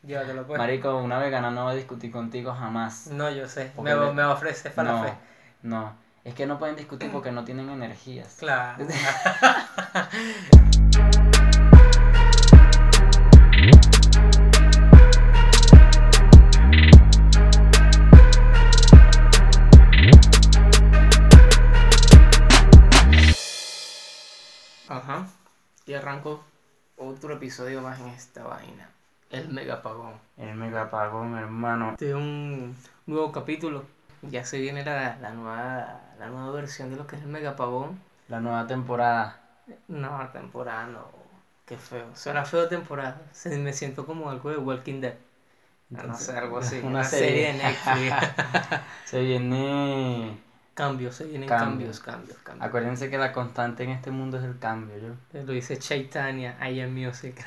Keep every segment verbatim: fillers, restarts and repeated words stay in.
Llévatelo pues. Marico, una vegana no va a discutir contigo jamás. No, yo sé. Porque Me, va- le- me va a ofrecer falafel. No, no. Es que no pueden discutir porque no tienen energías. Claro. Ajá. Y arranco otro episodio más en esta vaina. El megapagón. El megapagón, hermano. Este es un nuevo capítulo. Ya se viene la, la nueva la nueva versión de lo que es el megapagón. La nueva temporada. No, temporada no. Qué feo. Suena feo temporada. Se, me siento como algo de Walking Dead. Ah, no Entonces, sé, algo así. una Una, serie. serie de Netflix. Se viene. Cambios, se vienen Cambios. cambios, cambios, cambios. Acuérdense que la constante en este mundo es el cambio, ¿yo? Lo dice Chaitanya, I am music.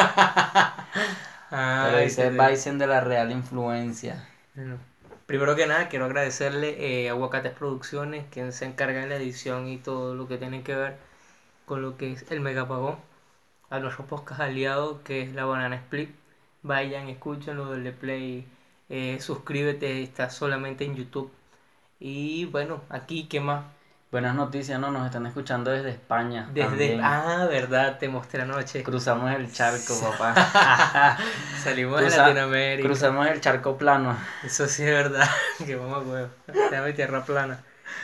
Pero dice Bison de la Real Influencia. Bueno, primero que nada, quiero agradecerle eh, a Aguacates Producciones, quien se encarga de la edición y todo lo que tiene que ver con lo que es el megapagón. A nuestro podcast aliado, que es la Banana Split. Vayan, escúchenlo, denle play, eh, suscríbete, está solamente en YouTube. Y bueno, aquí, ¿qué más? Buenas noticias, ¿no? Nos están escuchando desde España. Desde... también. Ah, verdad, te mostré anoche. Cruzamos el charco, papá. Salimos Cruza- de Latinoamérica. Cruzamos el charco plano. Eso sí es verdad. Que vamos a huevo. Déjame tierra plana.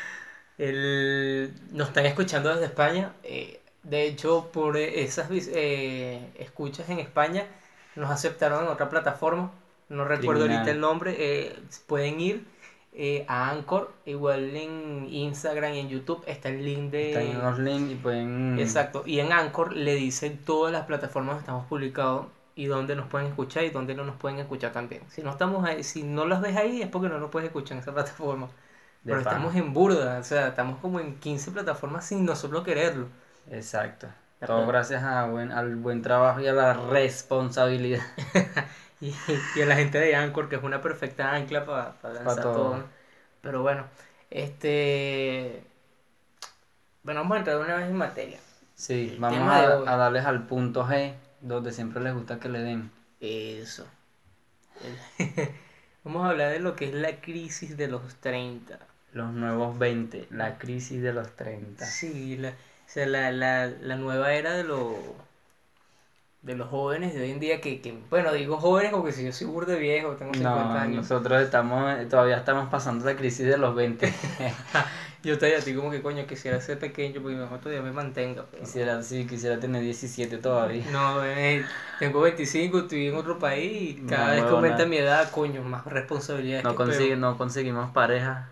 El... Nos están escuchando desde España. eh, de hecho, por esas vis- eh, escuchas en España, nos aceptaron en otra plataforma. No recuerdo Criminal. ahorita el nombre. eh, pueden ir eh, a Anchor. Igual en Instagram y en YouTube está el link de... Están en los links y pueden. Exacto. Y en Anchor le dicen todas las plataformas donde estamos publicados y dónde nos pueden escuchar y dónde no nos pueden escuchar también. Si no estamos ahí, si no las ves ahí es porque no nos puedes escuchar en esa plataforma. De Pero pana. estamos en burda, o sea, estamos como en quince plataformas sin nosotros quererlo. Exacto. Ya Todo está. gracias a buen, al buen trabajo y a la responsabilidad. Y, y a la gente de Anchor, que es una perfecta ancla para lanzar todo. todo. ¿no? Pero bueno, este... Bueno, vamos a entrar una vez en materia. Sí, El vamos tema de a, hoy. a darles al punto G, donde siempre les gusta que le den. Eso. El- Vamos a hablar de lo que es la crisis de los treinta. Los nuevos veinte, la crisis de los treinta. Sí, la, o sea, la, la, la nueva era de los de los jóvenes de hoy en día que, que bueno, digo jóvenes porque si yo soy burdo de viejo, tengo cincuenta No, años. nosotros estamos, todavía estamos pasando la crisis de los veinte. Yo todavía estoy como que coño, quisiera ser pequeño porque mejor todavía me mantenga. Pero Quisiera, sí, quisiera tener diecisiete todavía. no, eh, tengo veinticinco, estoy en otro país y cada No, vez que huevona. aumenta mi edad, coño, más responsabilidades. No, que consigue, no conseguimos pareja.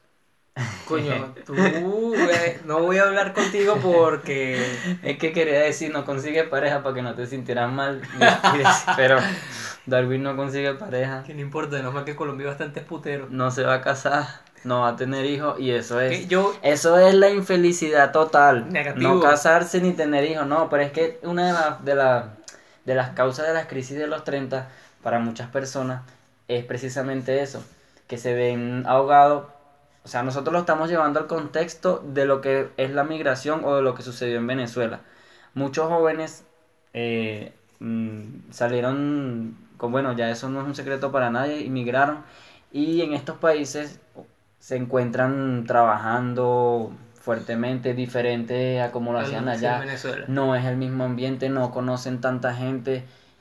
Coño, tú, eh, no voy a hablar contigo porque... Es que quería decir, no consigue pareja para que no te sintieras mal. y decir, Pero Darwin no consigue pareja, Que no importa, no más que Colombia hay bastantes puteros. no se va a casar, no va a tener hijos y eso Que es... yo, Eso es la infelicidad total. Negativo. No casarse ni tener hijos, no. Pero es que una de, las de, la- de las causas de la crisis de los treinta para muchas personas es precisamente eso, que se ven ahogados. O sea, nosotros lo estamos llevando al contexto de lo que es la migración o de lo que sucedió en Venezuela. Muchos jóvenes eh, mm, salieron, con, bueno, ya eso no es un secreto para nadie, inmigraron y en estos países se encuentran trabajando fuertemente, diferente a como lo hacían sí, allá. en Venezuela. No es el mismo ambiente, no conocen tanta gente.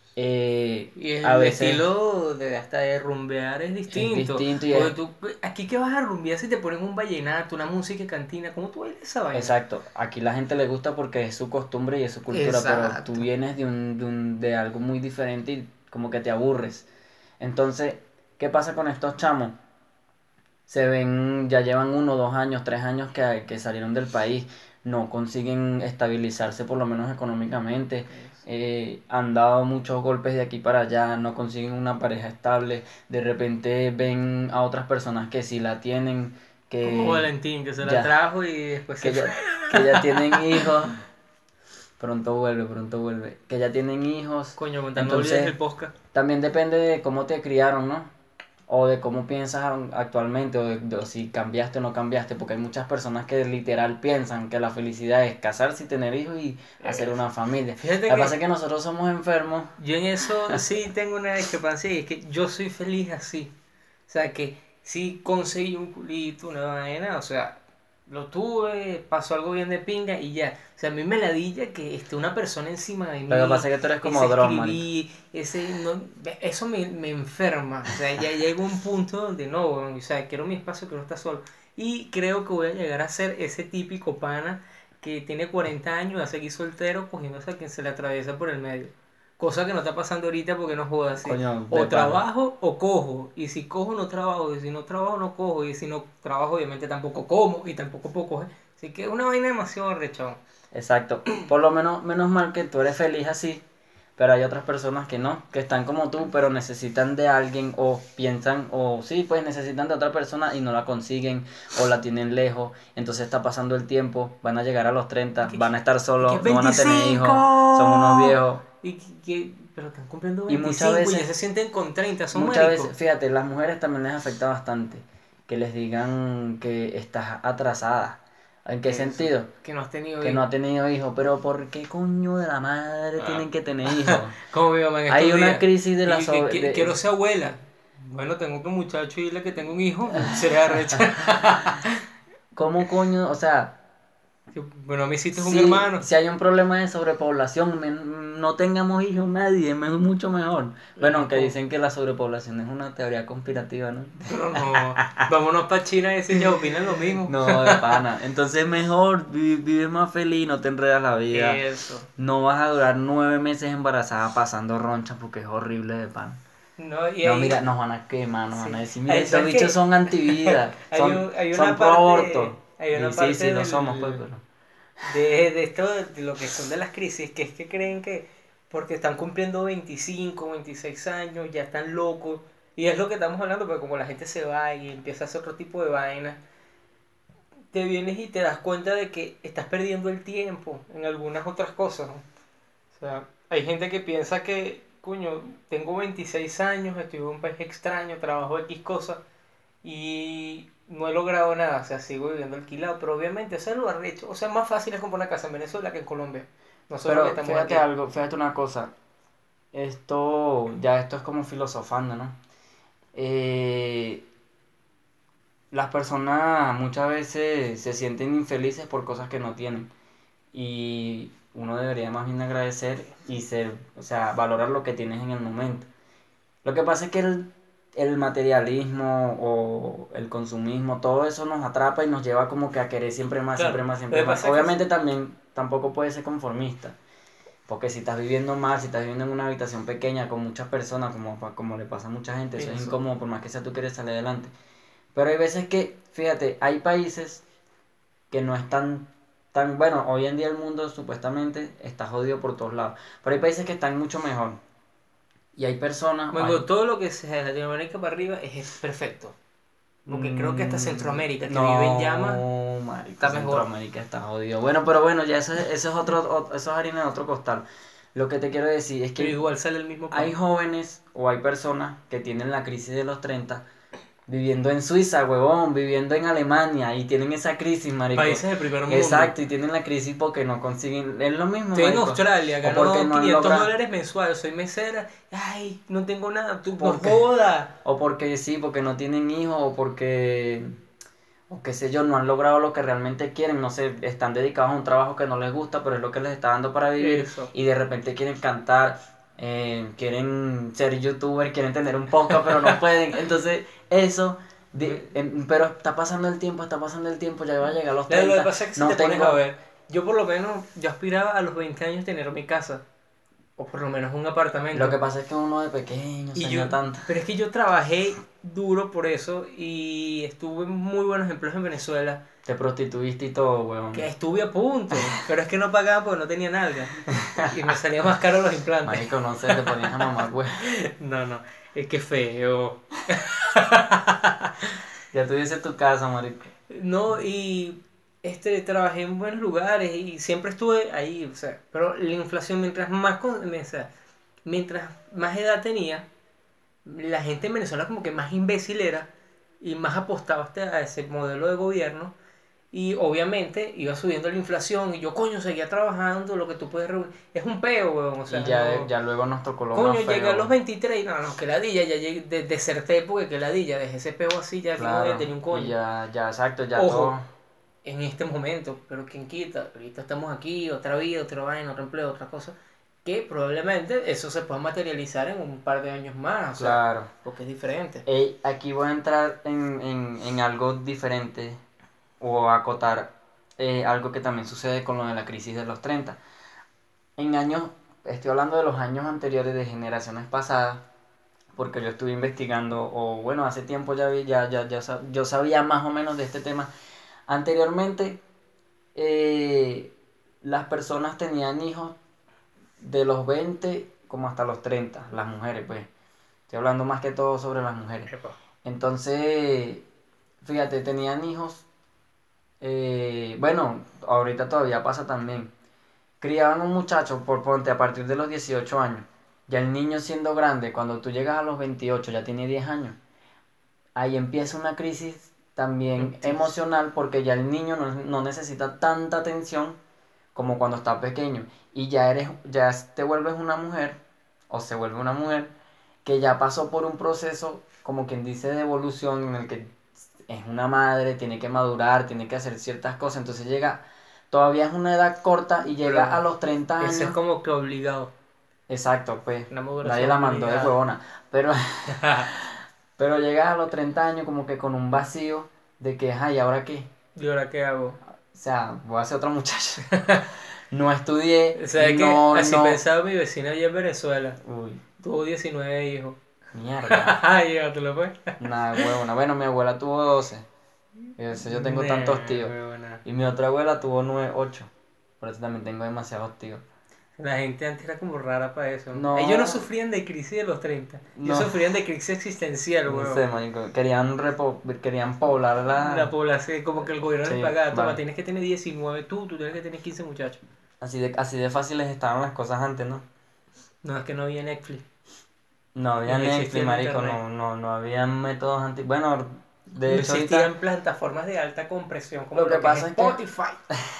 eh, Y el a veces estilo de hasta de rumbear es distinto. distinto y Porque es- tú, aquí que vas a rumbear si te ponen un vallenato, una música cantina, ¿cómo tú bailas esa vaina? Exacto, aquí la gente le gusta porque es su costumbre y es su cultura, pero Exacto. tú vienes de, un, de, un- de algo muy diferente y como que te aburres. Entonces, ¿qué pasa con estos chamos? Se ven, ya llevan uno, dos años, tres años que, que salieron del país, no consiguen estabilizarse por lo menos económicamente, eh, han dado muchos golpes de aquí para allá, no consiguen una pareja estable, de repente ven a otras personas que sí la tienen, que... Como Valentín, que se la ya. trajo y después que se ya, fue. que ya tienen hijos, pronto vuelve, pronto vuelve, que ya tienen hijos, Coño, contando Entonces- olvides el podcast. también depende de cómo te criaron, ¿no? o de cómo piensas actualmente, o, de, de- o si cambiaste o no cambiaste, porque hay muchas personas que literal piensan que la felicidad es casarse y tener hijos y hacer Eh, una familia. Fíjate Lo que pasa es que que nosotros somos enfermos. yo en eso sí tengo una discrepancia y es que yo soy feliz así. O sea, que sí conseguí un culito, una vaina, o sea, lo tuve, pasó algo bien de pinga y ya. O sea, a mí me ladilla que esté una persona encima de Lo que mí, pasa es que tú eres como ese Dross, marico. escribí, ese... No, eso me, me enferma. O sea, ya llega un punto donde no, weón, o sea, quiero mi espacio, quiero estar solo. Y creo que voy a llegar a ser ese típico pana que tiene cuarenta años y va a seguir soltero cogiéndose a quien se le atraviesa por el medio. Cosa que no está pasando ahorita porque no jodas así. Coño, de O pana. trabajo o cojo. Y si cojo no trabajo. Y si no trabajo no cojo. Y si no trabajo obviamente tampoco como. Y tampoco puedo coger. Así que es una vaina demasiado rechón. Exacto. Por lo menos, menos mal que tú eres feliz así, pero hay otras personas que no, que están como tú, pero necesitan de alguien o piensan, o sí, pues necesitan de otra persona y no la consiguen o la tienen lejos. Entonces está pasando el tiempo, van a llegar a los Y treinta, que, van a estar y que solos, es no van a tener hijos, son unos veinticinco. viejos. Y que, que- pero están cumpliendo Y muchas veinticinco y ya veces, se sienten con treinta. Son muchas maricos. veces, fíjate, las mujeres también les afecta bastante que les digan que estás atrasada. ¿En qué Eso. sentido? Que no has tenido Que no hijos. ha tenido hijos, pero ¿por qué coño de la madre tienen que tener hijos? Como mi mamá en Hay estos una días. crisis de Y la que, que- sobre... que- de- quiero ser abuela. Bueno, tengo que un muchacho y dile que tengo un hijo. Sería recha. ¿Cómo coño? O sea, Bueno, me hiciste un si, hermano. si hay un problema de sobrepoblación, men- no tengamos hijos nadie, es mucho mejor. Bueno, No, aunque po- dicen que la sobrepoblación es una teoría conspirativa, ¿no? pero no. Vámonos para China y si ya opinan lo mismo. No, de pana. Entonces mejor, vi- vive más feliz, no te enredas la vida. Eso. No vas a durar nueve meses embarazada pasando ronchas porque es horrible de pan. No, y No, mira, ahí. nos van a quemar, nos van Sí. a decir, mira, Ahí, estos ¿sabes bichos qué? son antivida, Hay, son, un- hay son una pro parte. aborto. Hay Y una sí, sí, parte lo somos, pues, del. pero... De, de esto, de lo que son de las crisis, que es que creen que porque están cumpliendo veinticinco veintiséis años, ya están locos. Y es lo que estamos hablando, porque como la gente se va y empieza a hacer otro tipo de vainas, te vienes y te das cuenta de que estás perdiendo el tiempo en algunas otras cosas, ¿no? O sea, hay gente que piensa que, coño, tengo veintiséis años, estoy en un país extraño, trabajo X cosas y no he logrado nada, o sea, sigo viviendo alquilado, pero obviamente eso es lo arrecho. O sea, más fácil es comprar una casa en Venezuela que en Colombia. Nosotros que Pero estamos fíjate aquí. algo, fíjate una cosa, esto, ya esto es como filosofando, ¿no? Eh, las personas muchas veces se sienten infelices por cosas que no tienen y uno debería más bien agradecer y ser, o sea, valorar lo que tienes en el momento. Lo que pasa es que el, el materialismo o el consumismo, todo eso nos atrapa y nos lleva como que a querer siempre más, Claro, siempre más, lo siempre que más. pasa es que Obviamente también tampoco puedes ser conformista, porque si estás viviendo mal, si estás viviendo en una habitación pequeña con muchas personas, como, pa- como le pasa a mucha gente, eso es eso, incómodo por más que sea tú quieres salir adelante. Pero hay veces que, fíjate, hay países que no están tan, bueno, hoy en día el mundo supuestamente está jodido por todos lados, pero hay países que están mucho mejor. Y hay personas, hay, bueno, todo lo que sea de Latinoamérica para arriba es, es perfecto. Porque creo que hasta Mm, Centroamérica, que vive en llamas, no, marico, está mejor. Centroamérica está jodido. Bueno, pero bueno, ya eso, es- eso es otro, o- eso es harina de otro costal. Lo que te quiero decir es Pero que igual sale el mismo hay pan. jóvenes o hay personas que tienen la crisis de los treinta viviendo en Suiza, huevón, viviendo en Alemania y tienen esa crisis, marico. Países del primer mundo. Exacto, y tienen la crisis porque no consiguen, es lo mismo, Estoy en marico. Australia, O porque gano no han quinientos logrado, dólares mensuales, soy mesera. Ay, no tengo nada, tú no porque, jodas. o porque sí, porque no tienen hijos, o porque o qué sé yo, no han logrado lo que realmente quieren, no sé, están dedicados a un trabajo que no les gusta, pero es lo que les está dando para vivir Eso. y de repente quieren cantar, eh, quieren ser youtuber, quieren tener un podcast, pero no pueden. Entonces, eso, de- em, pero está pasando el tiempo, está pasando el tiempo, ya va a llegar a los Ya, lo que treinta pasa es que si no te pones a tengo, ver, yo por lo menos, yo aspiraba a los veinte años tener mi casa, o por lo menos un apartamento. lo que pasa es que uno de pequeño Y sueña yo, tanto. pero es que yo trabajé duro por eso y estuve en muy buenos empleos en Venezuela, Te prostituiste y todo, weón. que estuve a punto, pero es que no pagaba porque no tenía nalga y me salía más caro los implantes. Marico, no sé, te ponías a mamar, weón. No, no, es que feo. Ya tuviese tu casa, marico. No, y este trabajé en buenos lugares y siempre estuve ahí, o sea, pero la inflación mientras más con- o sea, mientras más edad tenía, la gente en Venezuela como que más imbécil era y más apostaba hasta a ese modelo de gobierno. Y obviamente iba subiendo la inflación y yo, coño, seguía trabajando, lo que tú puedes reunir. Es un peo, weón, o sea, Y ya, no... ya luego nos tocó lo Coño, más llegué a los feo. veintitrés, no, no, que ladilla, ya llegué, de, deserté porque que ladilla, dejé ese peo así, ya que no voy a Claro, tener un y coño. ya, ya, exacto, ya todo. Ojo, en este momento, pero quién quita, ahorita estamos aquí, otra vida, otro vaina, otro empleo, otra cosa, que probablemente eso se pueda materializar en un par de años más, o sea, Claro. porque es diferente. Ey, aquí voy a entrar en, en, en algo diferente o acotar eh, algo que también sucede con lo de la crisis de los treinta. En años, estoy hablando de los años anteriores de generaciones pasadas, porque yo estuve investigando, o bueno, hace tiempo ya, vi- ya, ya, ya sab- yo sabía más o menos de este tema. Anteriormente, eh, las personas tenían hijos de los veinte como hasta los treinta, las mujeres, pues. Estoy hablando más que todo sobre las mujeres. Epa. Entonces, fíjate, tenían hijos, eh, bueno, ahorita todavía pasa también. Criaban un muchacho por ponte a partir de los dieciocho años. Ya el niño siendo grande, cuando tú llegas a los veintiocho ya tiene diez años. Ahí empieza una crisis también Entiendo. emocional porque ya el niño no, no necesita tanta atención como cuando está pequeño. Y ya eres, ya te vuelves una mujer, o se vuelve una mujer, que ya pasó por un proceso, como quien dice, de evolución en el que es una madre, tiene que madurar, tiene que hacer ciertas cosas. Entonces llega, todavía es una edad corta y llega a Pero los treinta ese es años. como que obligado, Exacto, pues una nadie maduración la mandó de obligada. huevona. Pero Pero llegas a los treinta años como que con un vacío de que, ay, ¿ahora qué? ¿Y ahora qué hago? O sea, voy a ser otra muchacha. No estudié, ¿Sabes qué? no, Así no. pensaba mi vecina allá en Venezuela. Uy, Tuvo diecinueve hijos. mierda. Llévatelo pues. Nada, huevona. Bueno, mi abuela tuvo doce. Ese, yo tengo tantos Nah, tíos. huevona. Y mi otra abuela tuvo nueve, ocho. Por eso también tengo demasiados tíos. La gente antes era como rara para eso. Ellos no No, sufrían de crisis de los treinta. Ellos no. sufrían de crisis existencial, No weón. sé, marico. Querían, repo- querían poblar La la... población, como que el gobierno les Sí, pagaba. Toma, vale. tienes que tener diecinueve tú, tú tienes que tener quince muchachos. Así de, así de fáciles estaban las cosas antes, ¿no? No, es que no había Netflix. No Y había no existía Netflix, el marico, internet. no, no, no había métodos anti... Bueno, de No hecho ahorita existían plataformas de alta compresión como lo que lo que es pasa es que Spotify.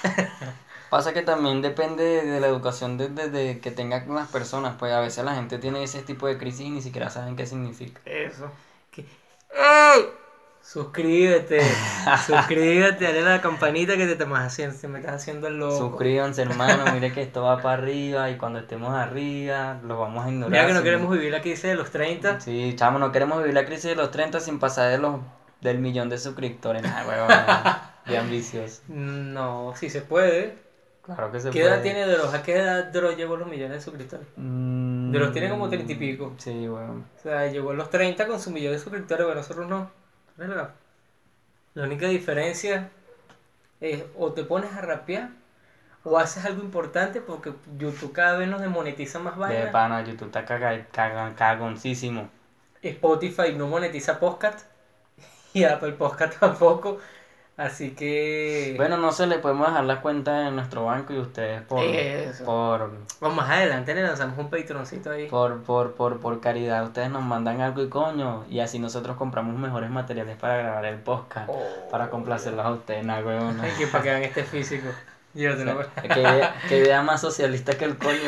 pasa que también depende de, de la educación de, de- de que tengan las personas, pues a veces la gente tiene ese tipo de crisis y ni siquiera saben qué significa. Eso. Que... ¡Ey! Suscríbete. Suscríbete, dale a la campanita que te estás haciendo, te me estás haciendo el loco. Suscríbanse, hermano, mire que esto va para arriba y cuando estemos arriba lo vamos a Mira ignorar. que no Sin... queremos vivir la crisis de los treinta. Sí, chamo, no queremos vivir la crisis de los treinta sin pasar de los del millón de suscriptores. Nah, huevón, de ambicioso. No, si se puede. Claro que se ¿Qué edad puede. tiene Dross? ¿A qué edad Dross llegó a los millones de suscriptores? Dross tiene como treinta y Mm, pico. sí, bueno. O sea, llegó a los treinta con su millón de suscriptores, pero nosotros no. ¿Verdad? La única diferencia es o te pones a rapear o haces algo importante porque YouTube cada vez nos demonetiza más De vainas. pana, YouTube está caga, caga- cagoncísimo. Spotify no monetiza podcast y Apple Podcast tampoco. Así que... Bueno, no se le podemos dejar la cuenta en nuestro banco y ustedes por, Eso. por, O más adelante le lanzamos un Patroncito ahí. por, por, por, por caridad, ustedes nos mandan algo y coño, y así nosotros compramos mejores materiales para grabar el podcast, Oh, para complacerlos a ustedes, nah, huevona. ay, que para que vean este físico. O Llévatelo, sea, pues. que idea, que idea más socialista que el coño.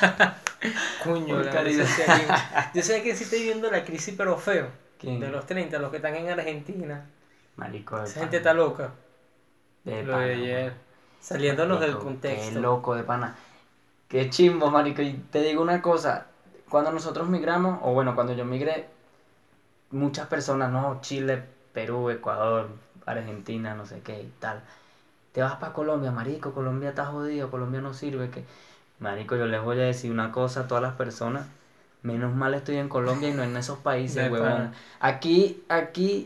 Coño, Por la caridad. socialismo. Yo sé que sí estoy viendo la crisis, pero feo. ¿Quién? De los treinta, los que están en Argentina. Marico de Esa pana. gente está loca. De Lo pana, de ayer. weón. Saliéndonos del Marico, contexto. qué loco de pana. Qué chimbo, marico. Y te digo una cosa. Cuando nosotros migramos, o bueno, cuando yo migré, muchas personas, no, Chile, Perú, Ecuador, Argentina, no sé qué y tal. Te vas para Colombia, marico, Colombia está jodido, Colombia no sirve, que... Marico, yo les voy a decir una cosa a todas las personas. Menos mal estoy en Colombia y no en esos países, De huevón. pana. Aquí, aquí,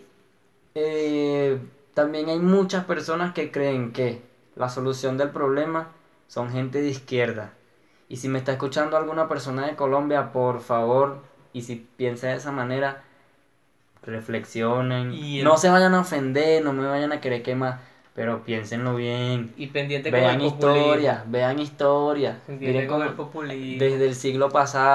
eh, también hay muchas personas que creen que la solución del problema son gente de izquierda. Y si me está escuchando alguna persona de Colombia, por favor, y si piensa de esa manera, reflexionen. Y, el- No se vayan a ofender, no me vayan a querer quemar, pero piénsenlo bien. y pendiente con Vean el populismo. historia, vean historia. Pendiente Miren con cómo el populismo. desde el siglo pasado,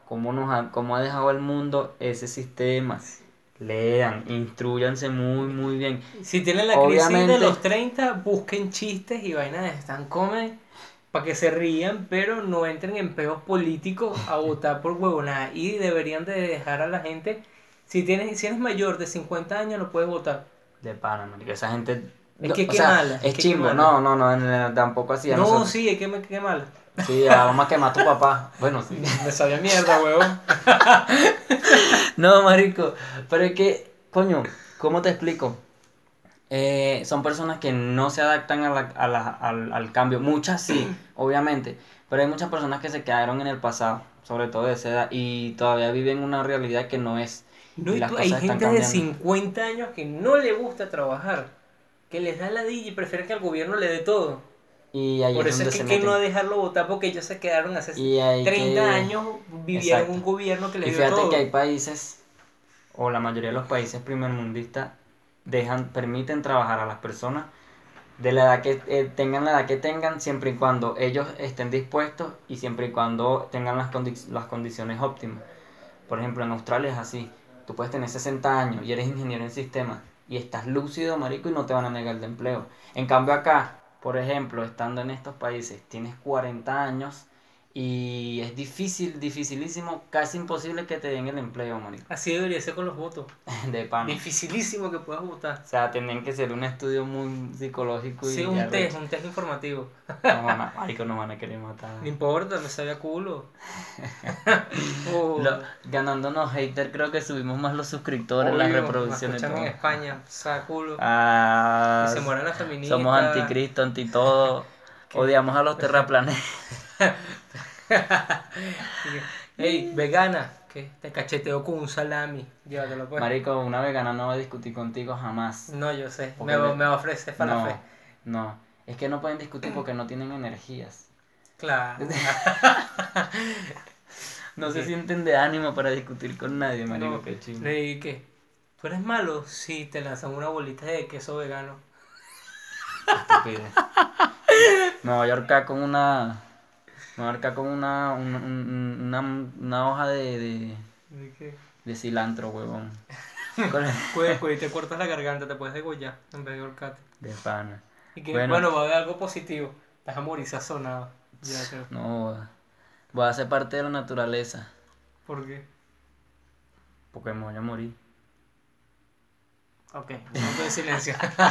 cómo, nos ha, cómo ha dejado al mundo ese sistema. Lean, instruyanse muy, muy bien. Si tienen la crisis de Obviamente, los treinta, busquen chistes y vainas de stand comedy para que se rían, pero no entren en peos políticos a votar por huevonada. Y deberían de dejar a la gente, si tienes, si eres mayor de cincuenta años, no puedes votar. de pana, marico, esa gente, Es no, que o qué sea, mala, es es que qué chimbo, mala. no, no, no, no, tampoco así a No, nosotros. sí, es que me qué mala. Sí, ya, vamos a quemar a tu papá. Bueno, sí. Me sabía mierda, huevón. No, marico, pero es que, coño, ¿cómo te explico? Eh, son personas que no se adaptan a la- a la- al, al cambio. Muchas sí, obviamente, pero hay muchas personas que se quedaron en el pasado, sobre todo de esa edad, y todavía viven una realidad que no es, No, y y las tú- hay cosas están gente de cambiando. cincuenta años que no le gusta trabajar, que les da la ladilla y prefieren que el gobierno le dé todo. Y ahí Por es eso es donde que, se que no meten. dejarlo votar porque ellos se quedaron hace Y hay treinta que... años, vivieron Exacto. un gobierno que les Y dio fíjate que todo. hay países, o la mayoría de los países primermundistas, dejan, permiten trabajar a las personas de la edad que eh, tengan la edad que tengan, siempre y cuando ellos estén dispuestos y siempre y cuando tengan las, condi- las condiciones óptimas. Por ejemplo, en Australia es así. Tú puedes tener sesenta años y eres ingeniero en sistemas y estás lúcido, marico, y no te van a negar el empleo. En cambio acá, por ejemplo, estando en estos países, tienes cuarenta años y es difícil, dificilísimo, casi imposible que te den el empleo, marico. Así debería ser con los votos. De pana. Dificilísimo que puedas votar. O sea, tendrían que ser un estudio muy psicológico Sí, y un test, arrecho. un test informativo. Nos van a, marico, nos van a querer matar. No importa, me sabía culo. Oh, Lo- ganándonos haters, creo que subimos más los suscriptores, las obvio, me reproducciones. escuchan en Todo. España, sabe culo. Ah, Que se mueran las feministas. somos anticristo, anti todo. Que- Odiamos a los terraplanetas. Ey, vegana, que te cacheteo con un salami. Llévatelo pues. Marico, una vegana no va a discutir contigo jamás. No, yo sé. Porque Me, va- le- me va a ofrecer falafel. No, no. Es que no pueden discutir porque no tienen energías. Claro. No se ¿Qué? sienten de ánimo para discutir con nadie, marico, No, qué chingo. ¿y qué? ¿Tú eres malo? Sí, te lanzan una bolita de queso vegano. Estupidez. Me voy a ahorcar con una. Me voy a ahorcar con una. un- un- una, una hoja de, de, ¿De qué? de cilantro, huevón. Con- Cuide, cuide, te cortas la garganta, te puedes degollar en vez de ahorcarte. De pana. Y que, Bueno. bueno, va a haber algo positivo. Vas a morir sazonado. Ya creo. No, voy a ser parte de la naturaleza. ¿Por qué? Porque me voy a morir. Ok, un momento de silencio.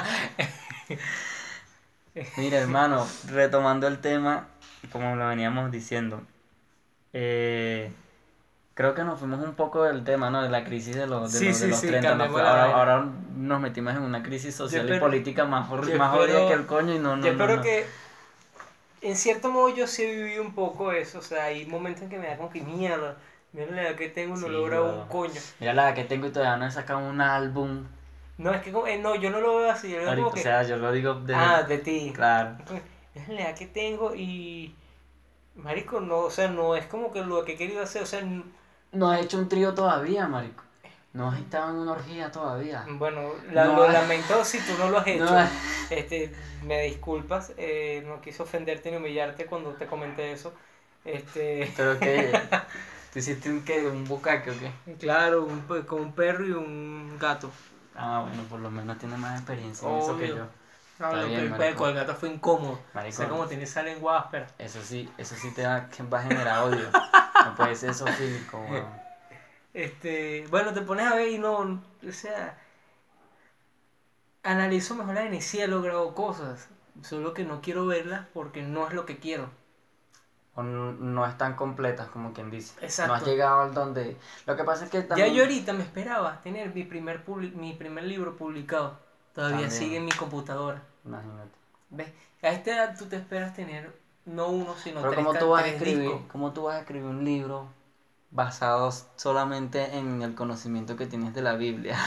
Mira, hermano, retomando el tema, como lo veníamos diciendo, eh, creo que nos fuimos un poco del tema, ¿no? De la crisis de los, de Sí, los, de sí, los sí, treinta. Nos cambiemos fue- la ahora, vaina. ahora nos metimos en una crisis social Yo y espero- política más, hor- yo más jodida espero- que el coño y no, no, Yo no, espero no. que, en cierto modo, yo sí he vivido un poco eso. O sea, hay momentos en que me da como que mierda. Mira la edad que tengo, no Sí, logro un weón. coño. Mira la que tengo y todavía no he sacado un álbum. No, es que como- eh, no, yo no lo veo así. Yo lo veo Marico, como o que. sea, yo lo digo de... Ah, de ti. Claro. Es la edad que tengo y. Marico, no, o sea, no es como que lo que he querido hacer. O sea, n- No he hecho un trío todavía, marico. No he estado en una orgía todavía. bueno, la- No. lo lamento si tú no lo has hecho. No. Este, me disculpas, eh, no quise ofenderte ni humillarte cuando te comenté eso. Este, Pero que... ¿Tú hiciste un qué? ¿Un bucaque o qué? claro, un, pe- con un perro y un gato. Ah, bueno, por lo menos tiene más experiencia en eso que Obvio. yo. No, Está lo bien, que el, marico. con el gato fue incómodo. Marico. O sea, como tiene esa lengua áspera. Eso sí, eso sí te va, que va a generar odio. No puede ser zoofílico, weón. Este, bueno, te pones a ver y no, o sea, analizo mejor la N sí he logrado cosas, solo que no quiero verlas porque no es lo que quiero. O no, no están completas, como quien dice. Exacto. No has llegado al donde... Lo que pasa es que Ya también... yo ahorita me esperaba tener mi primer, publi- mi primer libro publicado. Todavía También. sigue en mi computadora. Imagínate. ¿Ves? A esta edad tú te esperas tener no uno, sino Pero tres, ¿cómo ca- tú vas a tres escribir, discos. cómo tú vas a escribir un libro basado solamente en el conocimiento que tienes de la Biblia?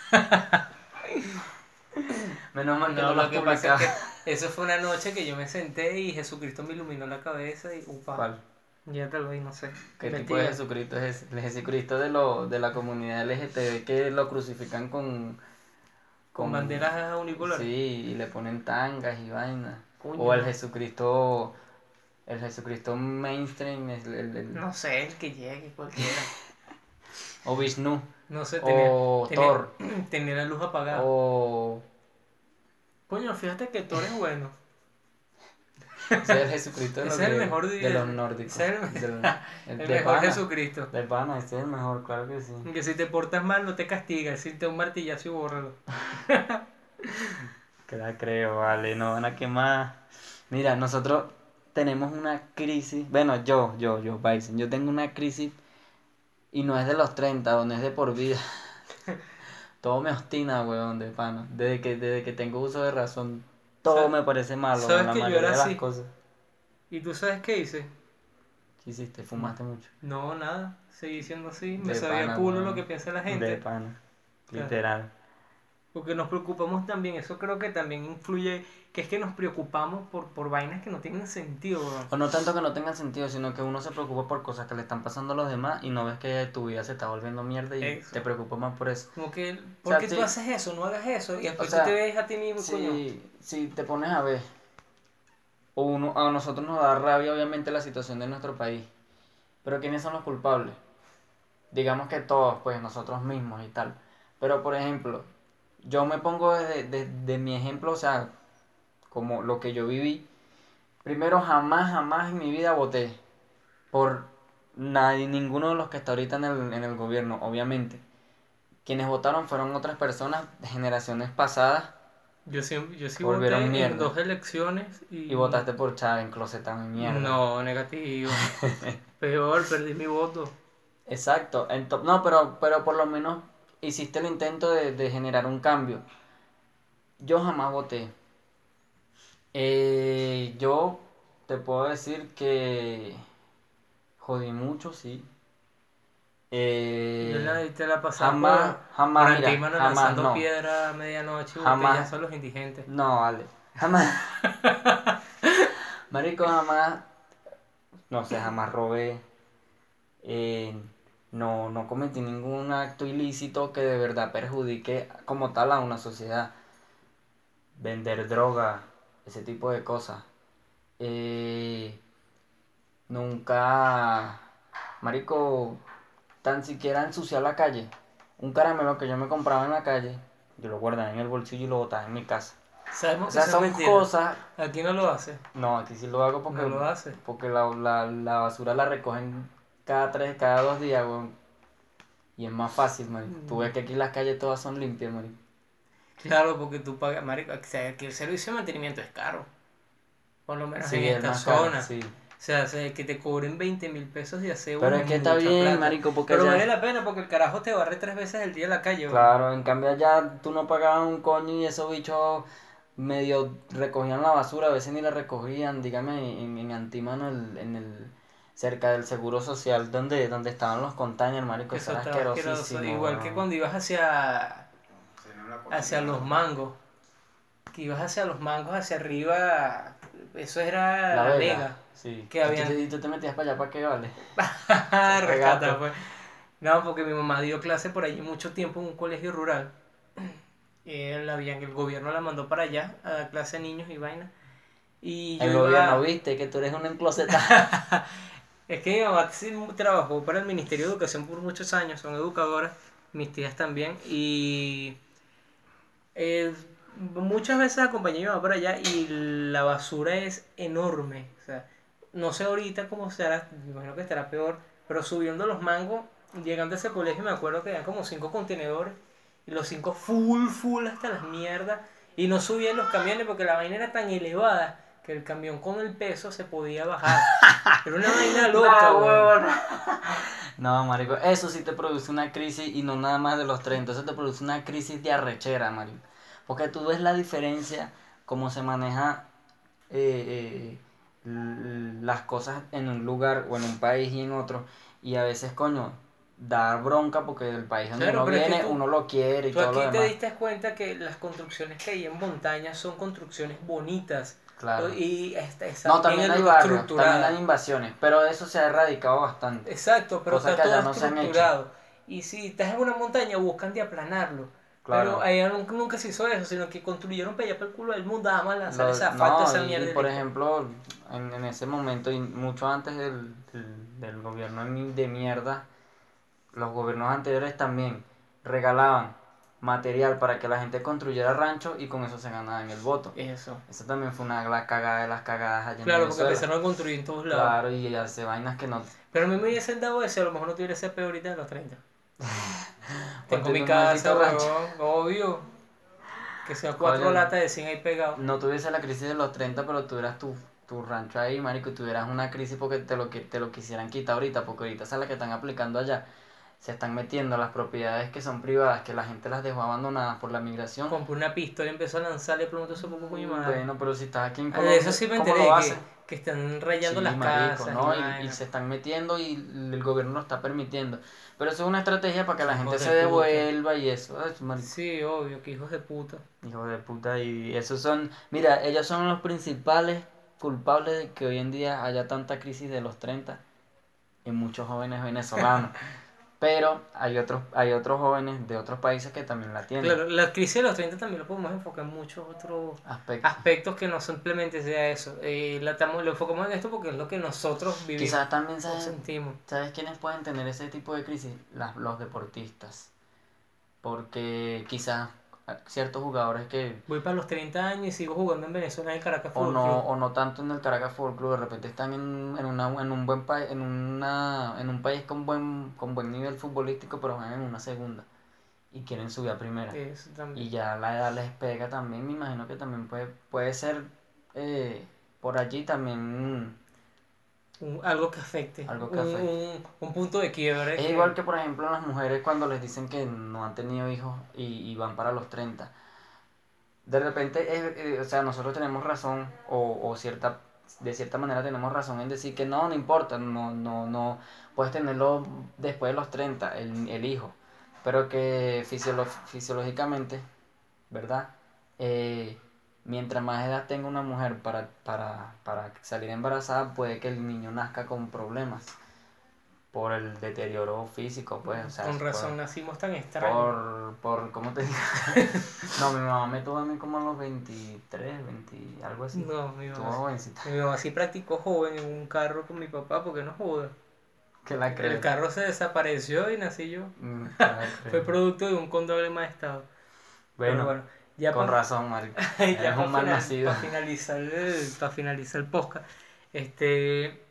Menos mal que no, No, lo has lo que pasa publicado. es que eso fue una noche que yo me senté y Jesucristo me iluminó la cabeza y upa, ¿Cuál? ya te lo di, no sé. ¿Qué tipo Investiga. de Jesucristo es ese? El Jesucristo de, lo, de la comunidad L G T B que lo crucifican con... Con banderas uniculares. Sí, y le ponen tangas y vainas. Coño. O el Jesucristo El Jesucristo mainstream, el, el, el- No sé, el que llegue, cualquiera. o Vishnu, No sé, tenía, o tenía, Thor, tenía la luz apagada. o... Coño, fíjate que Thor es bueno. Ese es el Jesucristo de los, Ese es el griegos, mejor. de los el- nórdicos. Ese es el, del- el- el de mejor pana, Jesucristo. de pana, ese es el mejor, claro que sí. Que si te portas mal no te castiga. Si te da un martillazo y bórralo. Que la creo, vale, no van a quemar. Mira, nosotros tenemos una crisis, bueno, yo, yo, yo, Bison, yo tengo una crisis y no es de los treinta, o no es de por vida. Todo me obstina, weón, de pana. Desde que, desde que tengo uso de razón, todo ¿Sabes? me parece malo, ¿Sabes la que yo mayoría era de las así? cosas. ¿Y tú sabes qué hice? ¿Qué hiciste? ¿Fumaste mucho? No, nada. Seguí siendo así. Me De sabía pana, culo lo weón. que piensa la De gente. pana, Claro. literal. Porque nos preocupamos también. Eso creo que también influye. Que es que nos preocupamos por, por vainas que no tienen sentido, weón. O no tanto que no tengan sentido, sino que uno se preocupa por cosas que le están pasando a los demás y no ves que tu vida se está volviendo mierda y Eso. te preocupas más por eso. Como que, O ¿por sea, qué tú sí. haces eso? No hagas eso. Y O después sea, tú te ves a ti mismo, coño. Si, si te pones a ver, o uno, a nosotros nos da rabia obviamente la situación de nuestro país, pero ¿quiénes son los culpables? Digamos que todos, pues nosotros mismos y tal. Pero por ejemplo, yo me pongo desde de, de mi ejemplo, o sea, como lo que yo viví. Primero, jamás, jamás en mi vida voté por nadie, ninguno de los que está ahorita en el, en el gobierno, obviamente. Quienes votaron fueron otras personas de generaciones pasadas Yo sí, yo sí volvieron voté en mierda. dos elecciones y... Y votaste por Chávez, enclosetado en mierda. No, negativo. Peor, perdí mi voto. Exacto. Ento- no, pero, pero por lo menos hiciste el intento de, de generar un cambio. Yo jamás voté. Eh, yo te puedo decir que jodí mucho, sí. Yo la Eh, te la pasaba jamás, por, jamás, por mira, Antímano jamás lanzando no. piedra a medianoche y Jamás. botellazos a los indigentes. No, vale. Jamás. Marico, jamás. No sé, jamás robé. eh, no, no cometí ningún acto ilícito que de verdad perjudique como tal a una sociedad. Vender droga, ese tipo de cosas. Eh, nunca, marico, tan siquiera ensuciar la calle. Un caramelo que yo me compraba en la calle, yo lo guardaba en el bolsillo y lo botaba en mi casa. O Sabemos que sea, eso es son mentira. cosas. Aquí no lo hace. No, aquí sí lo hago porque, No lo hace. porque la, la, la basura la recogen cada tres, cada dos días, weón. Y es más fácil, marico. Tú ves que aquí las calles todas son limpias, marico. Claro, porque tú pagas, marico, o sea, que el servicio de mantenimiento es caro. Por lo menos Sí, en es esta más caro, zona. sí. O sea, o sea, que te cobren veinte mil pesos de aseo. Pero es que está mucha bien, plata. marico, porque Pero allá- vale la pena porque el carajo te barre tres veces el día en la calle, weón. Claro, en cambio allá tú no pagabas un coño y esos bichos medio recogían la basura, a veces ni la recogían, dígame, en, en Antímano, el- en el, cerca del Seguro Social, donde, donde estaban los containers, marico, Eso eso era estaba asqueroso. asquerosísimo, Igual que weón. cuando ibas hacia, hacia los mangos. Que ibas hacia los mangos, hacia arriba. Eso era La La Vega, Vega. sí. Que Y tú, habían- te, y tú te metías para allá, ¿para qué vale? Rescata, gato. pues. No, porque mi mamá dio clase por allí mucho tiempo en un colegio rural. Él había, el gobierno la mandó para allá a dar clase a niños y vaina. Y yo El iba- gobierno, viste, que tú eres un enclosetado. Es que mi mamá sí trabajó para el Ministerio de Educación por muchos años, son educadoras, mis tías también, y eh, muchas veces acompañé a mi mamá para allá y la basura es enorme. O sea, no sé ahorita cómo será, me imagino que estará peor, pero subiendo los mangos, llegando a ese colegio me acuerdo que eran como cinco contenedores y los cinco full, full hasta las mierdas y no subían los camiones porque la vaina era tan elevada que el camión con el peso se podía bajar. Era una vaina loca, No, weón. huevón. No, marico, eso sí te produce una crisis y no nada más de los treinta, eso te produce una crisis de arrechera, marico. Porque tú ves la diferencia, cómo se maneja eh, eh, l- las cosas en un lugar o en un país y en otro, y a veces, coño, da bronca porque el país donde Claro, uno pero es que viene, tú- uno lo quiere y Tú todo aquí lo te demás. diste cuenta que las construcciones que hay en montañas son construcciones bonitas. Claro. Y está, está No, bien también hay el- barrios, estructurada. también hay invasiones, pero eso se ha erradicado bastante. Exacto, pero Cosa está que allá todo no se han hecho. estructurado. Y si estás en una montaña, buscan de aplanarlo. Claro. Pero allá nunca, nunca se hizo eso, sino que construyeron para allá para el culo del mundo, vamos a lanzar Los- esa falta, no, esa y, mierda. y por de- ejemplo, en, en ese momento y mucho antes del, del, del gobierno de de mierda, los gobiernos anteriores también regalaban material para que la gente construyera ranchos y con eso se ganaban el voto. Eso. Eso también fue una la cagada de las cagadas allá en Claro, porque Venezuela. empezaron a construir en todos lados. Claro, y hace vainas que no... Pero a mí me hubiesen dado eso, a lo mejor no tuviera ese peor ahorita de los treinta. Tengo tener mi un casa, maldito rancho. weón, obvio. Que sea cuatro Coño. latas de cien ahí pegado. No tuviese la crisis de los treinta, pero tuvieras tu, tu rancho ahí, marico, y tuvieras una crisis porque te lo, que- te lo quisieran quitar ahorita, porque ahorita esa es la que están aplicando allá. Se están metiendo las propiedades que son privadas, que la gente las dejó abandonadas por la migración. Compré una pistola y empezó a lanzarle preguntó eso poco coño madre. Bueno, pero si estás aquí en Ah, de Colombia, eso sí me ¿cómo enteré, lo que, hacen? que están rayando Sí, las marico, casas. ¿no? y Y, vaina. y se están metiendo y el gobierno lo está permitiendo. Pero eso es una estrategia para que la Hijos gente de se puta. devuelva y eso. Ay, marico. Sí, obvio, que hijos de puta. Hijos de puta, y esos son, mira, ellos son los principales culpables de que hoy en día haya tanta crisis de los treinta en muchos jóvenes venezolanos. Pero hay otros, hay otros jóvenes de otros países que también la tienen. Claro, la crisis de los treinta también lo podemos enfocar en muchos otros Aspectos. aspectos que no simplemente sea eso. Eh, la estamos- lo enfocamos en esto porque es lo que nosotros vivimos Quizás también o sabes, sentimos. ¿sabes quiénes pueden tener ese tipo de crisis? Las, los deportistas. Porque quizás ciertos jugadores que Voy para los treinta años y sigo jugando en Venezuela en el Caracas o Fútbol no, Club. o no tanto en el Caracas Fútbol Club, de repente están en, en, una, en un buen país, en una, en un país con buen, con buen nivel futbolístico, pero juegan en una segunda y quieren subir a primera. Eso también. Y ya la edad les pega también, me imagino que también puede, puede ser eh, por allí también. Un- algo que afecte. Algo que un, afecte. un- un punto de quiebre. Es que- igual que por ejemplo las mujeres cuando les dicen que no han tenido hijos y, y van para los treinta. De repente, eh, eh, o sea, nosotros tenemos razón o, o cierta, de cierta manera tenemos razón en decir que no, no importa, no, no, no, puedes tenerlo después de los treinta, el, el hijo, pero que fisiolo- fisiológicamente, ¿verdad? Eh, mientras más edad tenga una mujer para, para, para salir embarazada, puede que el niño nazca con problemas por el deterioro físico, pues, o sea, Con por- razón nacimos tan extraños. por, por, ¿cómo te digo? No, mi mamá me tuvo a mí como a los veintitrés, veinte, algo así. No, mi Estuvo mamá, jovencita. mi mamá sí practicó joven en un carro con mi papá porque no joda. Que la El creo. carro se desapareció y nací yo. Mm, que la creo. Fue producto de un condoble mal estado. Bueno, Pero bueno, ya con para, razón, marico. ya Eres para un mal final- nacido. para finalizar el, para finalizar el podcast, este,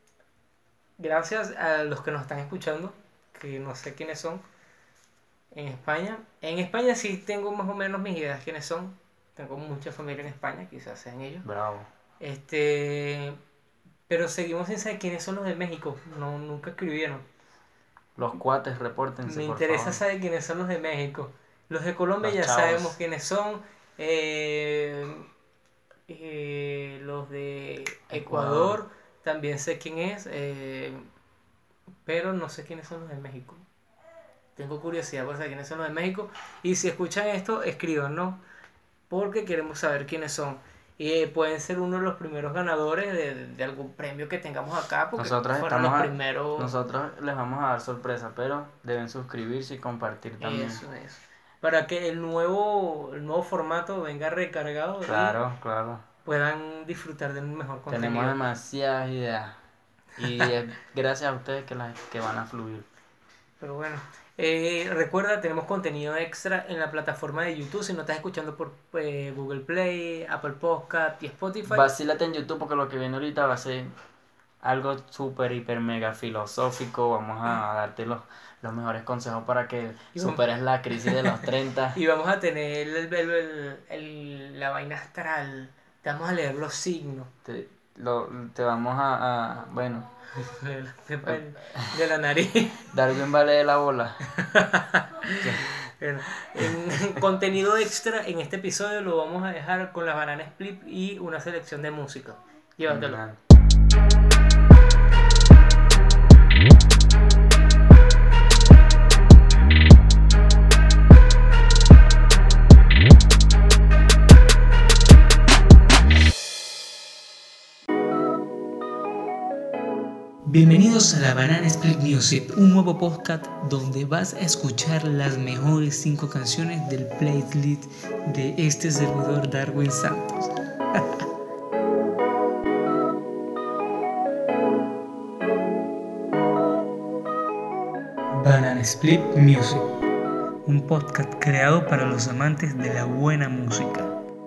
gracias a los que nos están escuchando, que no sé quiénes son, en España. En España sí tengo más o menos mis ideas quiénes son. Tengo mucha familia en España, quizás sean ellos. Bravo. Este, pero seguimos sin saber quiénes son los de México. No, nunca escribieron. Los cuates, repórtense, Me por interesa favor. saber quiénes son los de México. Los de Colombia Los ya chavos. sabemos quiénes son. Eh, eh, los de Ecuador, Ecuador. también sé quién es. eh, pero no sé quiénes son los de México. Tengo curiosidad por saber quiénes son los de México. Y si escuchan esto, escríbanos. Porque queremos saber quiénes son. Y eh, pueden ser uno de los primeros ganadores de, de algún premio que tengamos acá. Porque Nosotros fueron estamos los a- primeros. Nosotros les vamos a dar sorpresa, pero deben suscribirse y compartir también. Eso es. Para que el nuevo, el nuevo formato venga recargado Claro, claro. y puedan disfrutar del mejor contenido. Tenemos demasiadas ideas. Y es gracias a ustedes que, las, que van a fluir. Pero bueno, eh, recuerda, tenemos contenido extra en la plataforma de YouTube. Si no estás escuchando por eh, Google Play, Apple Podcast y Spotify. Vacílate en YouTube porque lo que viene ahorita va a ser algo súper, hiper, mega filosófico. Vamos a darte los, los mejores consejos para que Y vamos- superes la crisis de los treinta. Y vamos a tener el, el- el- el- la vaina astral. Te vamos a leer los signos Te, lo, te vamos a, a, bueno, de la, de la nariz. Darwin vale de la bola. Bueno, en contenido extra en este episodio lo vamos a dejar con la banana split y una selección de música. Llévatelo. Genial. Bienvenidos a la Banana Split Music, un nuevo podcast donde vas a escuchar las mejores cinco canciones del playlist de este servidor Darwin Santos. Banana Split Music, un podcast creado para los amantes de la buena música.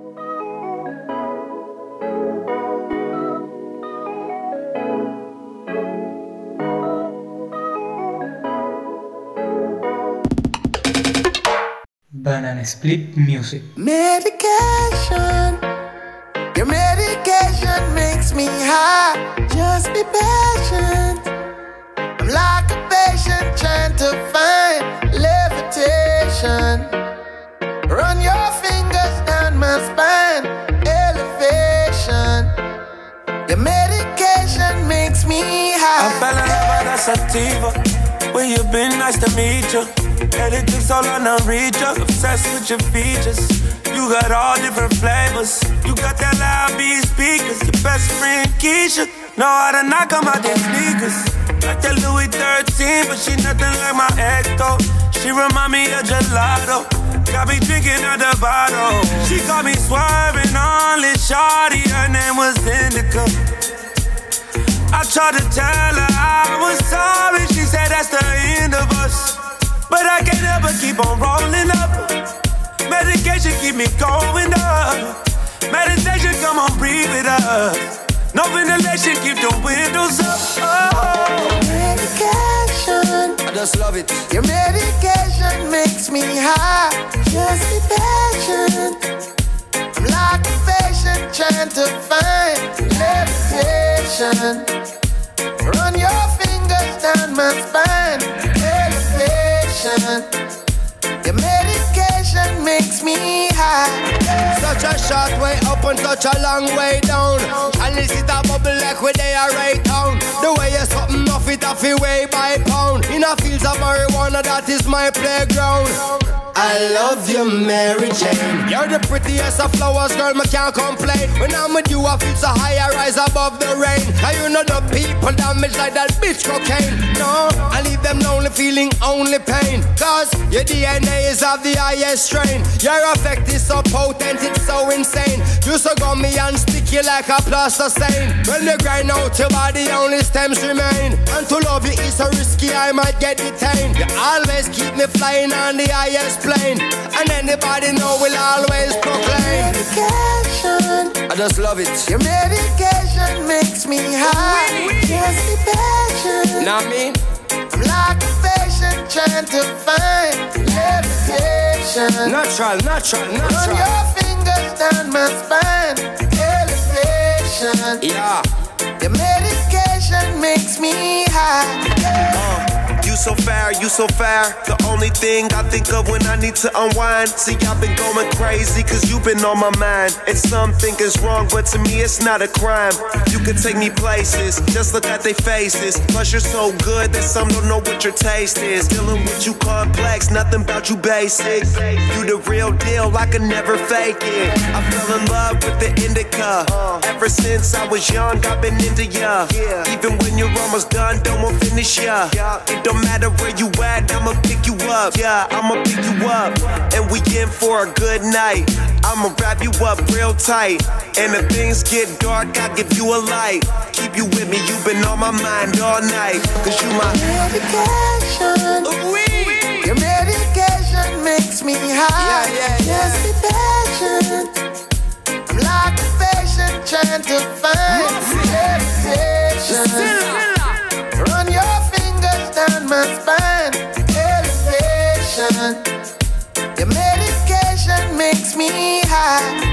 Banana Split Music. Medication, your medication makes me high. Just be patient. I'm like a patient trying to find levitation. Run your fingers down my spine, elevation. Your medication makes me high. I fell in love with a sativa. Where you been? Nice to meet you. Everything's all on the reach up. Obsessed with your features. You got all different flavors. You got that loud beat speakers. Your best friend Keisha know how to knock 'em out their sneakers. Like that Louis thirteen, but she nothing like my ex though. She remind me of gelato. Got me drinking out the bottle. She got me swerving on this shawty. Her name was Indica. I tried to tell her I was sorry. She said that's the end of us. But I can't ever keep on rolling up. Medication keep me going up. Meditation, come on, breathe it up. No ventilation, keep the windows up. Oh. Medication, I just love it. your medication makes me high. Just be patient. I'm like a patient trying to find levitation. Run your fingers down my spine, elevation. Your medication makes me high. Such a short way up and such a long way down. And this is a bubble like where they are right down. The way you're something off it off it way by pound. In a fields of marijuana, that is my playground. I love you, Mary Jane. You're the prettiest of flowers, girl, me can't complain. When I'm with you, I feel so high, I rise above the rain. And you know the people damage like that bitch cocaine. No, I leave them lonely, feeling only pain. Cause your D N A is of the highest strain. Your effect is so potent, it's so insane. You so gummy and sticky like a plaster stain. When you grind out your body, only stems remain. And to love you is so risky, I might get detained. You always keep me flying on the highest plane. And anybody know will always proclaim. Medication, I just love it. your medication makes me high. Just be patient. Know what I mean? I'm like a patient trying to find levitation. Natural, natural, Run natural. your fingers down my spine, elevation. Yeah. Your medication makes me high. Uh, you so fair, you so fair. The only thing I think of when I need to unwind. See, I've been going crazy cause you've been on my mind. And some think it's wrong, but to me it's not a crime. You can take me places, just look at their faces. Plus you're so good that some don't know what your taste is. Dealing with you complex, nothing about you basic. You the real deal, I can never fake it. I fell in love with the indica. Ever since I was young, I've been into ya. Even when you're almost done, don't want finish ya. It don't matter where you at, I'ma pick you up. Yeah, I'ma pick you up. And we in for a good night. I'ma wrap you up real tight. And if things get dark, I'll give you a light. Keep you with me, you've been on my mind all night. Cause you my medication. Ooh-wee. Your medication makes me high. Yeah, yeah, yeah. Just be patient. I'm like a patient trying to find levitation. Run your fingers down my spine, elevation. Your medication makes me high.